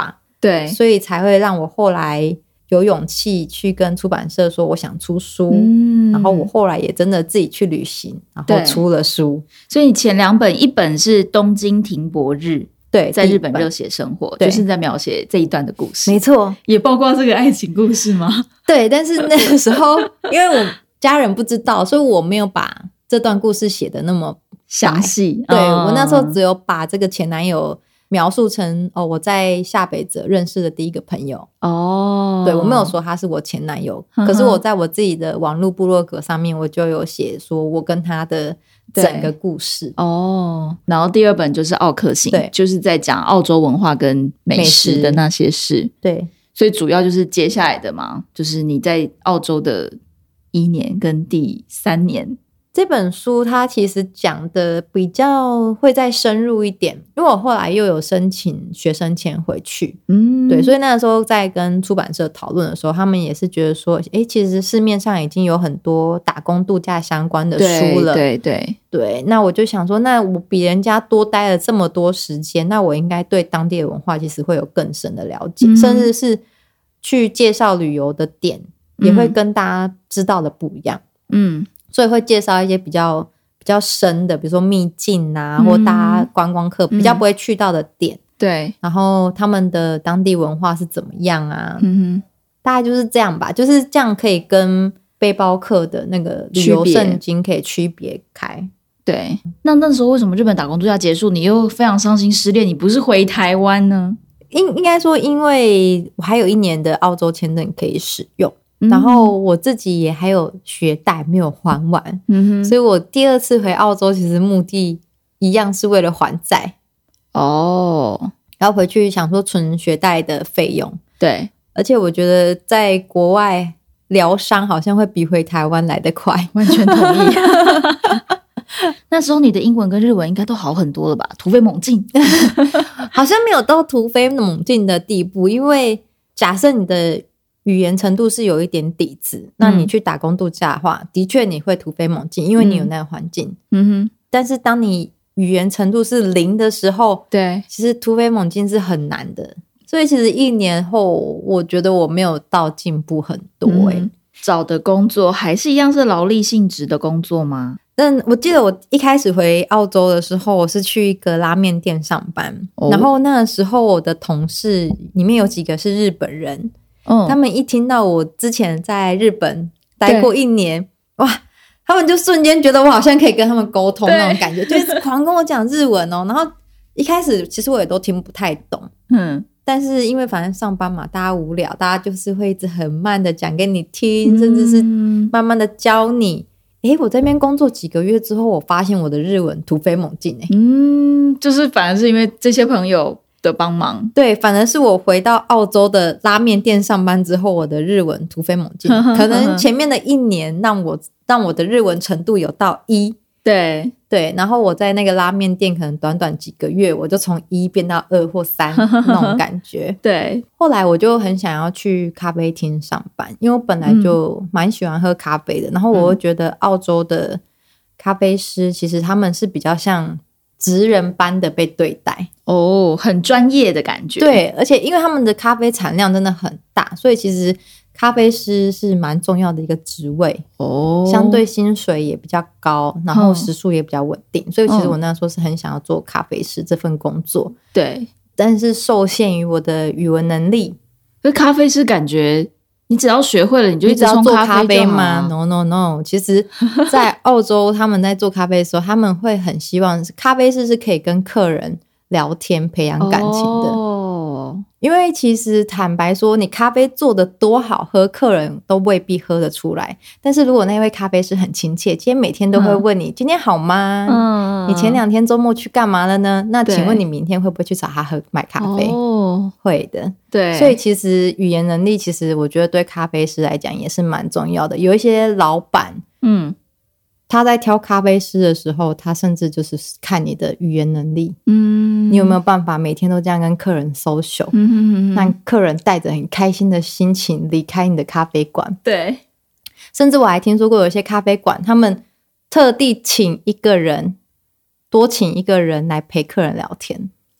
对， 所以才会让我后来有勇气去跟出版社说我想出书，然后我后来也真的自己去旅行，然后出了书。 所以你前2本，一本是东京停泊日， 对， 在日本热血生活，就是在描写这一段的故事。 没错， 也包括这个爱情故事吗？ 对，但是那个时候因为我家人不知道，所以我没有把这段故事写得那么详细。 对，我那时候只有把这个前男友描述成我在下北泽认识的第一个朋友。对，我没有说他是我前男友，可是我在我自己的网络部落格上面我就有写说我跟他的整个故事。 然后第2本就是奥克星，对，就是在讲澳洲文化跟美食的那些事。 对， 所以主要就是接下来的嘛，就是你在澳洲的1年跟第3年。 这本书它其实讲的比较会再深入一点，因为我后来又有申请学生签回去。对，所以那个时候在跟出版社讨论的时候，他们也是觉得说其实市面上已经有很多打工度假相关的书了。对，那我就想说，那我比人家多待了这么多时间，那我应该对当地的文化其实会有更深的了解，甚至是去介绍旅游的点也会跟大家知道的不一样。所以会介绍一些比较深的，比如说秘境啊，或大家观光客比较不会去到的点。 对， 然后他们的当地文化是怎么样啊？大概就是这样吧，就是这样可以跟背包客的那个旅游圣经可以区别开。 对，那时候为什么日本打工度假结束，你又非常伤心失恋，你不是回台湾呢？ 应该说，因为我还有1年的澳洲签证可以使用。然后我自己也还有学贷没有还完，所以我第2次回澳洲其实目的一样是为了还债。然后回去想说存学贷的费用。 对， 而且我觉得在国外疗伤好像会比回台湾来得快。 完全同意。那时候你的英文跟日文应该都好很多了吧？突飞猛进。 好像没有到突飞猛进的地步，因为假设你的语言程度是有一点底子，那你去打工度假的话，的确你会突飞猛进，因为你有那个环境。但是当你语言程度是0的时候， 对， 其实突飞猛进是很难的。所以其实1年后，我觉得我没有到进步很多。 找的工作还是一样是劳力性质的工作吗？ 但我记得我一开始回澳洲的时候，我是去一个拉面店上班，然后那个时候我的同事里面有几个是日本人。他们一听到我之前在日本待过1年，哇，他们就瞬间觉得我好像可以跟他们沟通那种感觉，就是狂跟我讲日文然后一开始其实我也都听不太懂，但是因为反正上班嘛，大家无聊，大家就是会一直很慢的讲给你听，甚至是慢慢的教你。我在那边工作几个月之后，我发现我的日文突飞猛进。 就是反而是因为这些朋友的帮忙。 对，反而是我回到澳洲的拉面店上班之后，我的日文突飞猛进。可能前面的1年让我的日文程度有到1。对，然后我在那个拉面店可能短短几个月，我就从1变到2或3那种感觉。 对， 后来我就很想要去咖啡厅上班，因为我本来就蛮喜欢喝咖啡的。然后我又觉得澳洲的咖啡师其实他们是比较像职人般的被对待。 很专业的感觉。 对，而且因为他们的咖啡产量真的很大，所以其实咖啡师是蛮重要的一个职位。相对薪水也比较高，然后时数也比较稳定。所以其实我那时候是很想要做咖啡师这份工作。 对， 但是受限于我的语文能力。 可是咖啡师感觉你只要学会了，你就一直冲做咖啡吗？ No， 其实在澳洲他们在做咖啡的时候，他们会很希望咖啡师是可以跟客人聊天培养感情的。因为其实坦白说，你咖啡做得多好喝，客人都未必喝得出来。但是如果那位咖啡师很亲切，今天每天都会问你今天好吗？你前2天周末去干嘛了呢？那请问你明天会不会去找他买咖啡？会的。 对， 所以其实语言能力其实我觉得对咖啡师来讲也是蛮重要的。有一些老板他在挑咖啡师的时候，他甚至就是看你的语言能力。你有没有办法每天都这样跟客人 social，让客人带着很开心的心情离开你的咖啡馆。 对， 甚至我还听说过有些咖啡馆他们特地多请一个人来陪客人聊天。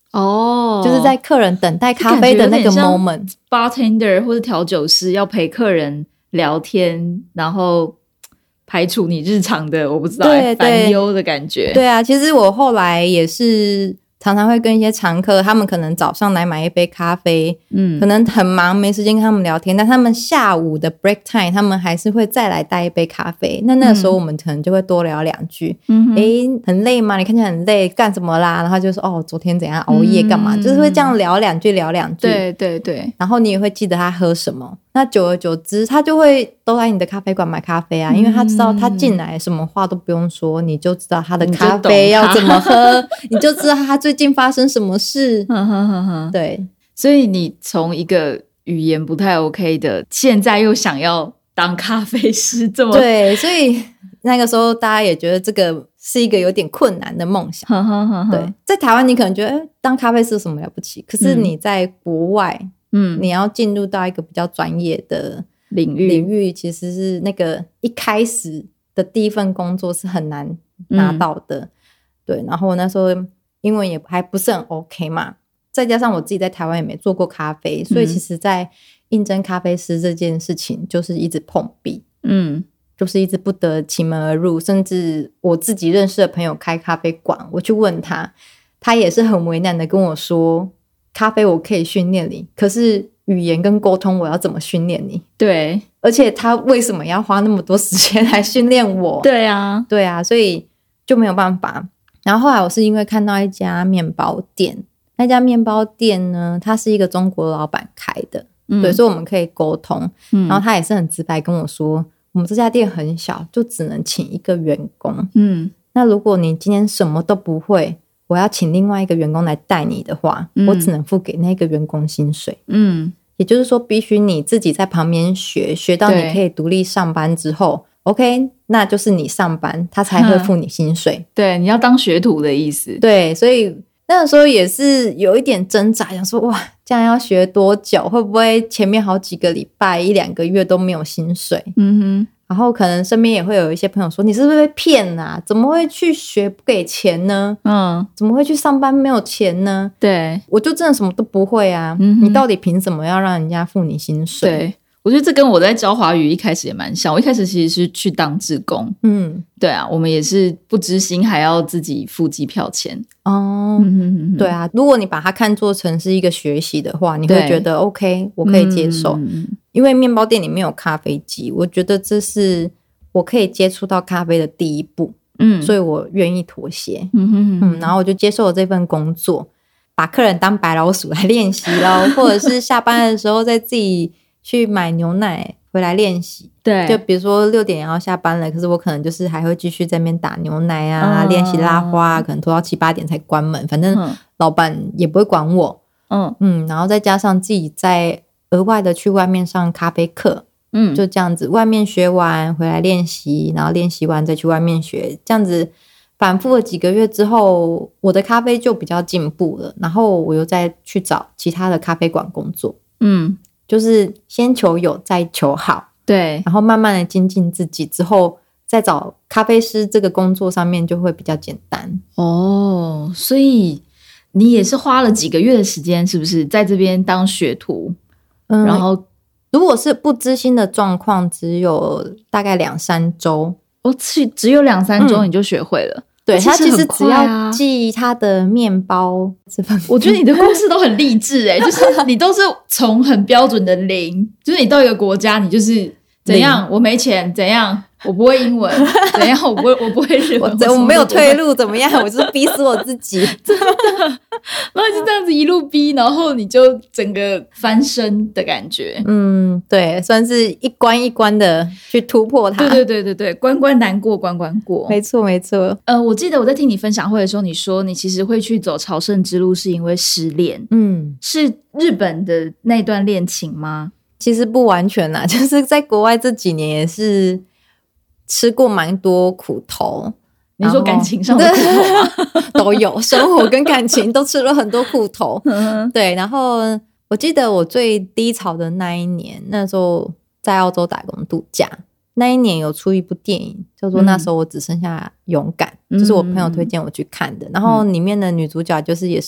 就是在客人等待咖啡的那个 moment， bartender 或者调酒师要陪客人聊天，然后排除你日常的我不知道烦忧的感觉。 对啊，其实我后来也是常常会跟一些常客，他们可能早上来买一杯咖啡，可能很忙没时间跟他们聊天，但他们下午的 break time 他们还是会再来带一杯咖啡，那个时候我们可能就会多聊两句，很累吗？你看起来很累，干什么啦？然后就说昨天怎样熬夜干嘛，就是会这样聊两句。 对对对， 然后你也会记得他喝什么，那久而久之他就会都来你的咖啡馆买咖啡啊，因为他知道他进来什么话都不用说，你就知道他的咖啡要怎么喝，你就知道他最近发生什么事。对， 所以你从一个语言不太 OK 的，现在又想要当咖啡师，这么对，所以那个时候大家也觉得这个是一个有点困难的梦想。对，在台湾你可能觉得当咖啡师有什么了不起，可是你在国外你要进入到一个比较专业的领域，其实是那个一开始的第一份工作是很难拿到的。对，然后我那时候英文也还不是很 OK 嘛，再加上我自己在台湾也没做过咖啡，所以其实在应征咖啡师这件事情就是一直碰壁，就是一直不得其门而入，甚至我自己认识的朋友开咖啡馆，我去问他，他也是很为难的跟我说，咖啡我可以训练你，可是语言跟沟通我要怎么训练你？ 对， 而且他为什么要花那么多时间来训练我？ 对啊， 所以就没有办法。然后后来我是因为看到一家面包店，那家面包店呢，它是一个中国老板开的，对，所以我们可以沟通。然后他也是很直白跟我说，我们这家店很小，就只能请一个员工。那如果你今天什么都不会，我要请另外一个员工来带你的话，我只能付给那个员工薪水。也就是说必须你自己在旁边学到你可以独立上班之后 OK， 那就是你上班他才会付你薪水。 对，你要当学徒的意思。 对，所以那个时候也是有一点挣扎，想说哇，这样要学多久？会不会前面好几个礼拜1-2个月都没有薪水？然后可能身边也会有一些朋友说，你是不是被骗啊？怎么会去学不给钱呢？怎么会去上班没有钱呢？ 对， 我就真的什么都不会啊，你到底凭什么要让人家付你薪水？ 对，我觉得这跟我在教华语一开始也蛮像，我一开始其实是去当志工。对啊，我们也是不知心还要自己付机票钱。对啊，如果你把它看作成是一个学习的话，你会觉得 OK， 我可以接受。因为面包店里面有咖啡机，我觉得这是我可以接触到咖啡的第一步。所以我愿意妥协。然后我就接受了这份工作，把客人当白老鼠来练习咯，或者是下班的时候再自己去买牛奶回来练习。 对， 就比如说6点要下班了，可是我可能就是还会继续在那边打牛奶啊，练习拉花，可能拖到7-8点才关门，反正老板也不会管我。然后再加上自己在额外的去外面上咖啡课，就这样子，外面学完回来练习，然后练习完再去外面学，这样子反复了几个月之后，我的咖啡就比较进步了，然后我又再去找其他的咖啡馆工作。就是先求有再求好， 对， 然后慢慢的精进自己之后，再找咖啡师这个工作上面就会比较简单。 所以你也是花了几个月的时间是不是在这边当学徒？然后如果是不知心的状况，只有大概2-3周。 只有2-3周你就学会了。 对，他其实只要记他的面包这份。 我觉得你的故事都很励志就是你都是从很标准的0，就是你到一个国家，你就是怎样我没钱，怎样我不会英文，怎样我不会日文， 我没有退路，怎么样？我就是逼死我自己， 真的。然后就这样子一路逼，然后你就整个翻身的感觉。 对，算是一关一关的去突破它。 对，关关难过关关过。 没错。 我记得我在听你分享会的时候，你说你其实会去走朝圣之路是因为失恋。是日本的那段恋情吗？ 其实不完全啦，就是在国外这几年也是吃过蛮多苦头。 你说感情上的苦头吗？ 都有，生活跟感情都吃了很多苦头。对，然后我记得我最低潮的那一年，那时候在澳洲打工度假，那一年有出一部电影叫做那时候我只剩下勇敢，就是我朋友推荐我去看的。然后里面的女主角就是也是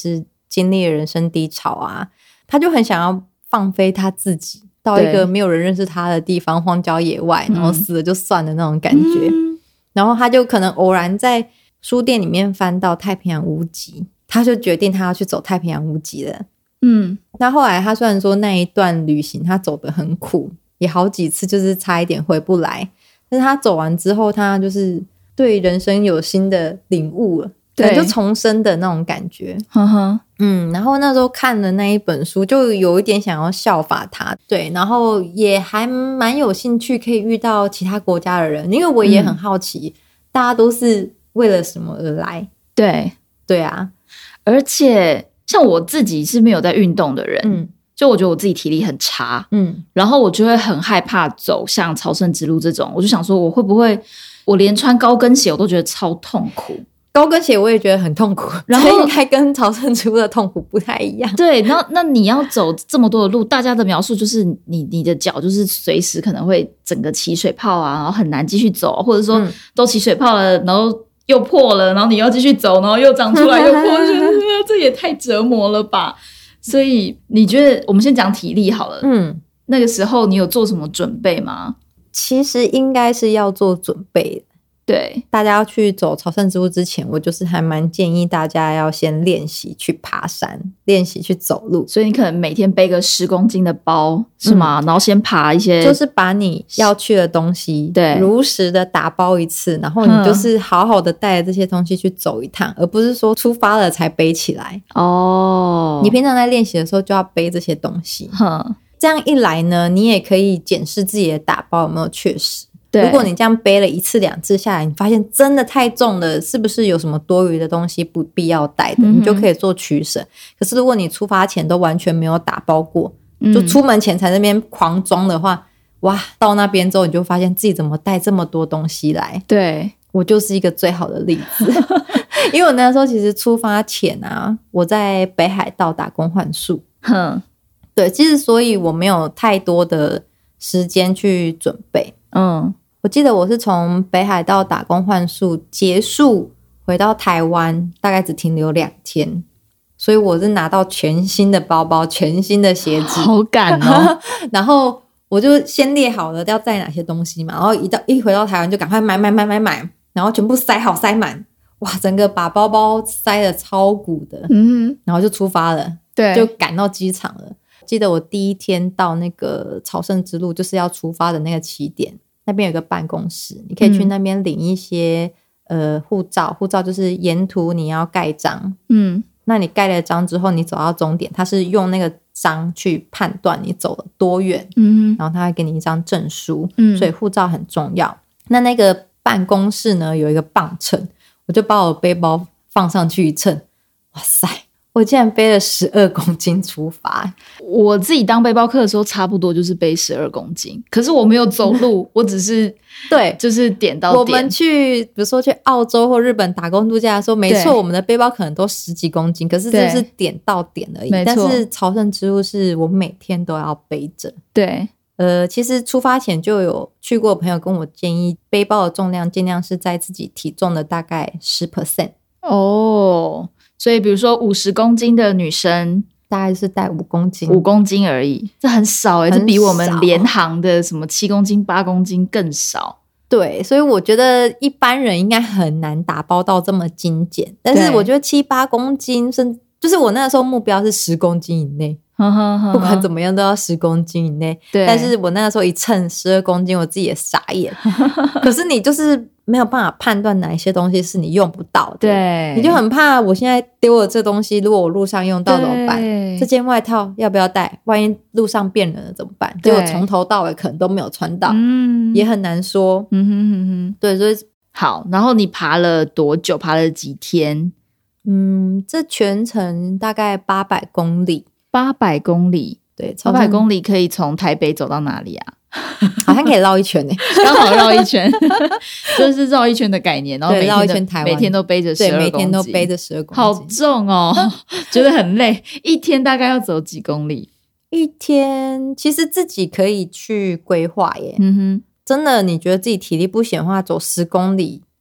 经历了人生低潮啊，他就很想要放飞他自己，到一个没有人认识他的地方，荒郊野外，然后死了就算了那种感觉。然后他就可能偶然在书店里面翻到太平洋屋脊，他就决定他要去走太平洋屋脊了。那后来他虽然说那一段旅行他走得很苦，也好几次就是差一点回不来，但是他走完之后，他就是对人生有新的领悟了，对，就重生的那种感觉。然后那时候看了那一本书，就有一点想要效法他，对，然后也还蛮有兴趣可以遇到其他国家的人，因为我也很好奇，大家都是为了什么而来？对啊， 而且像我自己是没有在运动的人，就我觉得我自己体力很差，然后我就会很害怕走像朝圣之路这种，我就想说我会不会我连穿高跟鞋我都觉得超痛苦。 高跟鞋我也觉得很痛苦，然后应该跟朝圣之路的痛苦不太一样。 对，那你要走这么多的路，大家的描述就是你的脚就是随时可能会整个起水泡啊，然后很难继续走，或者说都起水泡了，然后又破了，然后你要继续走，然后又长出来又破，这也太折磨了吧。所以你觉得我们先讲体力好了，那个时候你有做什么准备吗？ 其实应该是要做准备的。 对， 大家要去走朝圣之路之前，我就是还蛮建议大家要先练习去爬山，练习去走路。 所以你可能每天背个10公斤的包是吗？然后先爬一些， 就是把你要去的东西对如实的打包一次，然后你就是好好的带着这些东西去走一趟，而不是说出发了才背起来。你平常在练习的时候就要背这些东西。这样一来呢，你也可以检视自己的打包有没有确实。如果你这样背了1次2次下来，你发现真的太重了，是不是有什么多余的东西不必要带的，你就可以做取舍。可是如果你出发前都完全没有打包过，就出门前才那边狂装的话，哇，到那边之后你就发现自己怎么带这么多东西来。 对， 我就是一个最好的例子因为我那时候其实出发前啊，我在北海道打工换宿。对，其实所以我没有太多的时间去准备。我记得我是从北海道打工换宿结束回到台湾，大概只停留2天，所以我是拿到全新的包包、全新的鞋子， 好赶哦然后我就先列好了要带哪些东西嘛，然后一回到台湾就赶快买，然后全部塞好塞满，哇，整个把包包塞得超鼓的，然后就出发了，对，就赶到机场了。记得我第一天到那个朝圣之路就是要出发的那个起点，那边有个办公室，你可以去那边领一些护照就是沿途你要盖章，那你盖了章之后你走到终点，他是用那个章去判断你走了多远，然后他会给你一张证书，所以护照很重要。那个办公室呢有一个磅秤，我就把我背包放上去一称，哇塞，我竟然背了12公斤出发。 我自己当背包客的时候差不多就是背12公斤，可是我没有走路我只是对，就是点到点。 我们去比如说去澳洲或日本打工度假的时候，没错，我们的背包可能都10几公斤，可是就是点到点而已。但是朝圣之路是我每天都要背着。 对， 其实出发前就有去过的朋友跟我建议，背包的重量尽量是在自己体重的大概 10%。 所以比如说50公斤的女生大概是带5公斤 ，5公斤而已，这很少这比我们联航的什么7公斤8公斤更少。 对，所以我觉得一般人应该很难打包到这么精简，但是我觉得7、8公斤就是我那时候目标是10公斤以内，不管怎么样都要10公斤以内。但是我那个时候一称12公斤，我自己也傻眼可是你就是没有办法判断哪一些东西是你用不到的， 对， 你就很怕我现在丢了这东西，如果我路上用到怎么办？这件外套要不要带？万一路上变冷了怎么办？结果从头到尾可能都没有穿到，也很难说。对，所以好，然后你爬了多久？爬了几天？ 这全程大概800公里。 800公里，对，800公里可以从台北走到哪里啊？ 好像可以绕一圈刚好绕一圈就是绕一圈的概念，然后绕一圈台湾， 每天都背着12公斤， 对，每天都背着12公斤， 好重哦觉得很累。一天大概要走几公里？ 一天其实自己可以去规划耶。真的你觉得自己体力不行的话，走10公里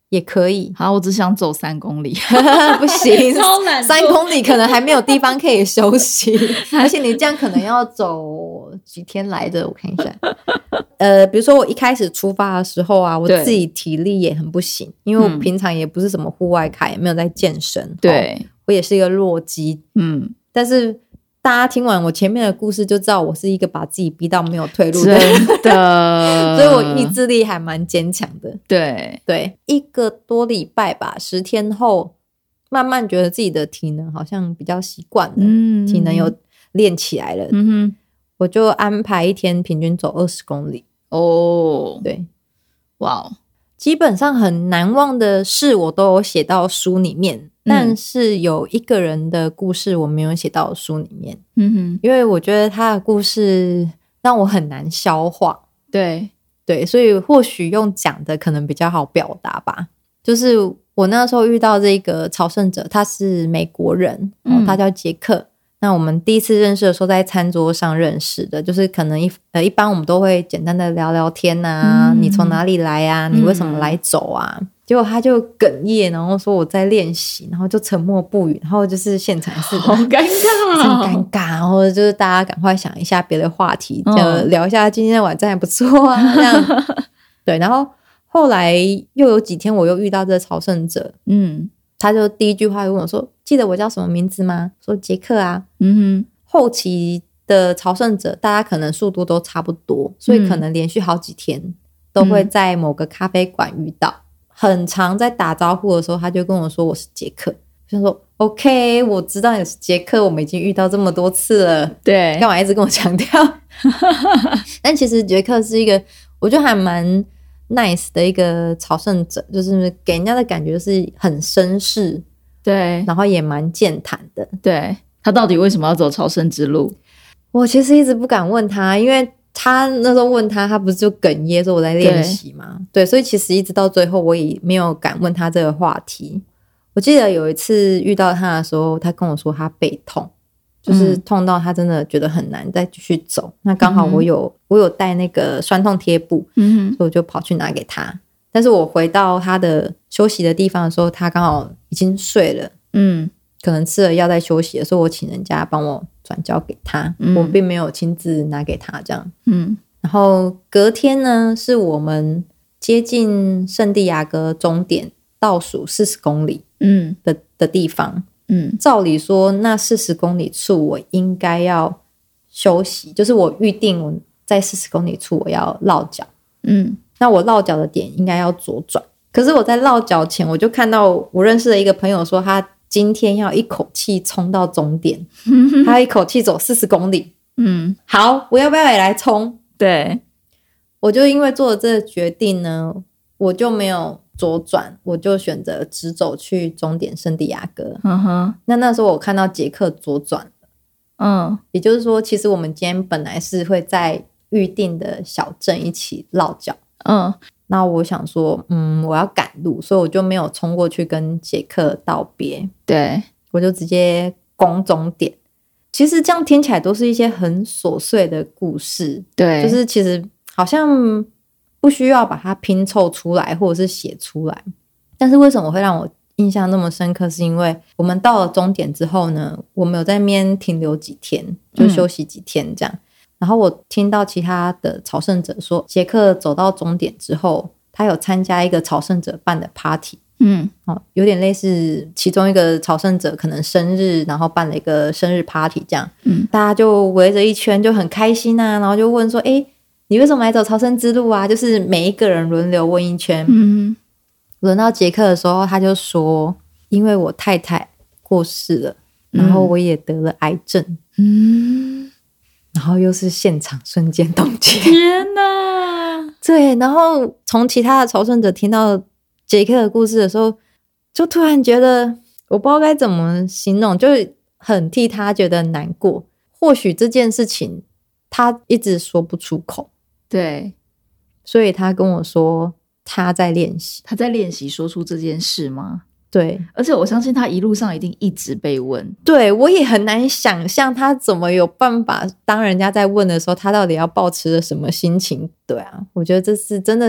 也可以。 好，我只想走3公里。 不行， 超难 ，3公里可能还没有地方可以休息，而且你这样可能要走几天来的，我看一下。比如说我一开始出发的时候啊，我自己体力也很不行，因为我平常也不是什么户外咖，也没有在健身， 对， 我也是一个弱鸡，但是大家听完我前面的故事就知道我是一个把自己逼到没有退路的人， 真的所以我意志力还蛮坚强的。 对， 1个多礼拜吧，10天后慢慢觉得自己的体能好像比较习惯了，体能有练起来了，我就安排一天平均走20公里。对， 哇， 基本上很难忘的事我都有写到书里面，但是有一个人的故事我没有写到书里面，因为我觉得他的故事让我很难消化。对，所以或许用讲的可能比较好表达吧。就是我那时候遇到这个朝圣者，他是美国人，他叫杰克。那我们第一次认识的时候在餐桌上认识的，就是可能一般我们都会简单的聊聊天啊，你从哪里来啊，你为什么来走啊，结果他就哽咽，然后说我在练习，然后就沉默不语，然后就是现场是好尴尬， 很尴尬，然后就是大家赶快想一下别的话题，就聊一下今天的晚餐还不错啊这样。对，然后后来又有几天我又遇到这个朝圣者，他就第一句话就问我说，记得我叫什么名字吗？说杰克啊。后期的朝圣者大家可能速度都差不多，所以可能连续好几天都会在某个咖啡馆遇到，很常在打招呼的时候他就跟我说我是杰克，就说 OK 我知道你是杰克，我们已经遇到这么多次了， 对， 干嘛一直跟我强调？但其实杰克是一个我觉得还蛮nice 的一个朝圣者，就是给人家的感觉是很绅士， 对， 然后也蛮健谈的。 对，他到底为什么要走朝圣之路？ 我其实一直不敢问他，因为他那时候问他不是就哽咽说我在练习吗？ 对，所以其实一直到最后我也没有敢问他这个话题。我记得有一次遇到他的时候，他跟我说他背痛，就是痛到他真的觉得很难再继续走，那刚好我有带那个酸痛贴布，所以我就跑去拿给他。但是我回到他的休息的地方的时候，他刚好已经睡了，可能吃了药在休息的时候，我请人家帮我转交给他，我并没有亲自拿给他这样。然后隔天呢，是我们接近圣地亚哥终点倒数40公里的地方，照理说那40公里处我应该要休息，就是我预定我在40公里处我要落脚，那我落脚的点应该要左转，可是我在落脚前我就看到我认识的一个朋友说他今天要一口气冲到终点，他要一口气走40公里，好，我要不要也来冲？对，我就因为做了这个决定呢，我就没有左转，我就选择直走去终点圣地亚哥。那时候我看到杰克左转了，也就是说其实我们今天本来是会在预定的小镇一起落脚，那我想说我要赶路，所以我就没有冲过去跟杰克道别，对，我就直接攻终点。其实这样听起来都是一些很琐碎的故事，对，就是其实好像不需要把它拼凑出来或者是写出来，但是为什么会让我印象那么深刻，是因为我们到了终点之后呢，我们有在那边停留几天，就休息几天这样，然后我听到其他的朝圣者说杰克走到终点之后他有参加一个朝圣者办的 party，有点类似其中一个朝圣者可能生日，然后办了一个生日 party 这样，大家就围着一圈就很开心啊，然后就问说你为什么来走朝圣之路啊，就是每一个人轮流问一圈，轮到杰克的时候他就说因为我太太过世了，然后我也得了癌症，然后又是现场瞬间冻结， 天哪！ 对，然后从其他的朝圣者听到杰克的故事的时候，就突然觉得我不知道该怎么形容，就很替他觉得难过。或许这件事情他一直说不出口，对，所以他跟我说他在练习， 他在练习说出这件事吗？ 对， 而且我相信他一路上一定一直被问， 对，我也很难想象他怎么有办法当人家在问的时候他到底要抱持着什么心情。对啊，我觉得这是真的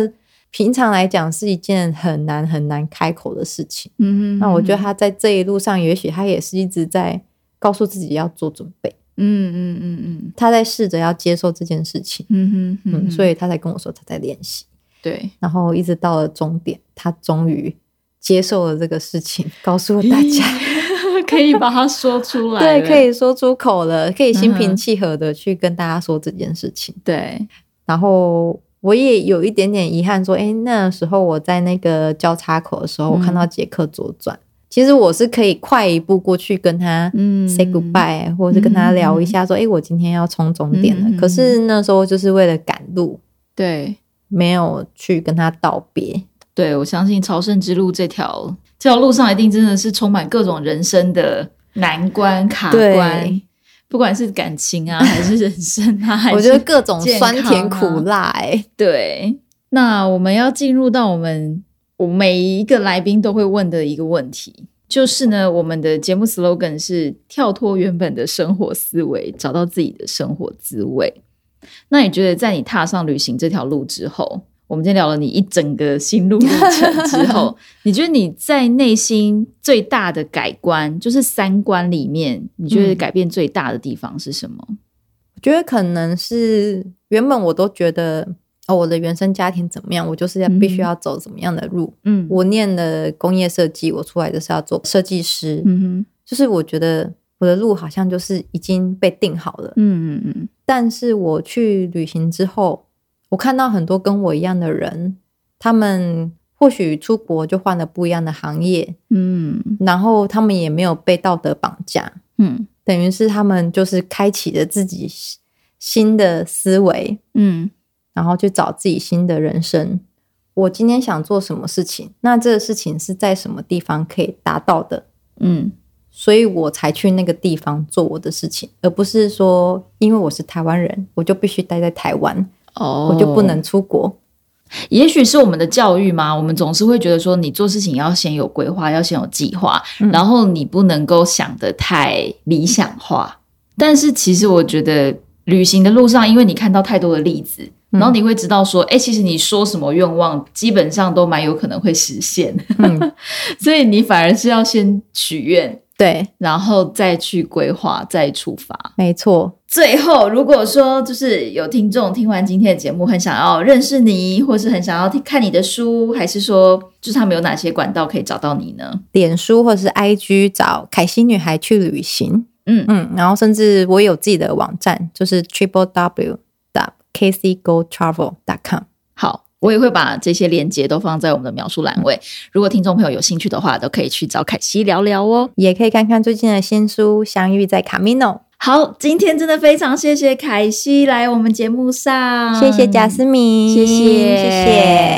平常来讲是一件很难很难开口的事情。那我觉得他在这一路上，也许他也是一直在告诉自己要做准备。他在试着要接受这件事情。所以他才跟我说他在练习。 对， 然后一直到了终点，他终于接受了这个事情，告诉了大家。 可以把它说出来。 对，可以说出口了，可以心平气和的去跟大家说这件事情。 对， 然后我也有一点点遗憾说，那时候我在那个交叉口的时候，我看到杰克左转，其实我是可以快一步过去跟他 say goodbye，或者是跟他聊一下说我今天要冲终点了。可是那时候就是为了赶路， 对， 没有去跟他道别。 对，我相信朝圣之路这条路上一定真的是充满各种人生的难关卡关，不管是感情啊还是人生啊还是我觉得各种酸甜苦辣。 对，那我们要进入到我每一个来宾都会问的一个问题，就是呢，我们的节目 slogan 是跳脱原本的生活思维，找到自己的生活滋味。那你觉得在你踏上旅行这条路之后，我们今天聊了你一整个心路历程之后你觉得你在内心最大的改观，就是三观里面你觉得改变最大的地方是什么？ 我觉得可能是原本我都觉得我的原生家庭怎么样，我就是必须要走怎么样的路。我念了工业设计，我出来就是要做设计师。就是我觉得我的路好像就是已经被定好了。但是我去旅行之后，我看到很多跟我一样的人，他们或许出国就换了不一样的行业。然后他们也没有被道德绑架。等于是他们就是开启了自己新的思维。然后去找自己新的人生。我今天想做什么事情，那这个事情是在什么地方可以达到的。所以我才去那个地方做我的事情，而不是说因为我是台湾人我就必须待在台湾。我就不能出国。 也许是我们的教育嘛，我们总是会觉得说你做事情要先有规划，要先有计划，然后你不能够想得太理想化。但是其实我觉得旅行的路上，因为你看到太多的例子，然后你会知道说其实你说什么愿望基本上都蛮有可能会实现。所以你反而是要先许愿， 对， 然后再去规划，再出发。 没错。 最后如果说就是有听众听完今天的节目很想要认识你，或是很想要看你的书，还是说就是他们有哪些管道可以找到你呢？ 脸书或是 IG 找凯西女孩去旅行。然后甚至我有自己的网站，就是 www.kcgotravel.com。 好，我也会把这些连结都放在我们的描述栏位，如果听众朋友有兴趣的话都可以去找凯西聊聊哦， 也可以看看最近的新书《相遇在卡米诺》。 好，今天真的非常谢谢凯西来我们节目上， 谢谢贾思敏， 谢谢。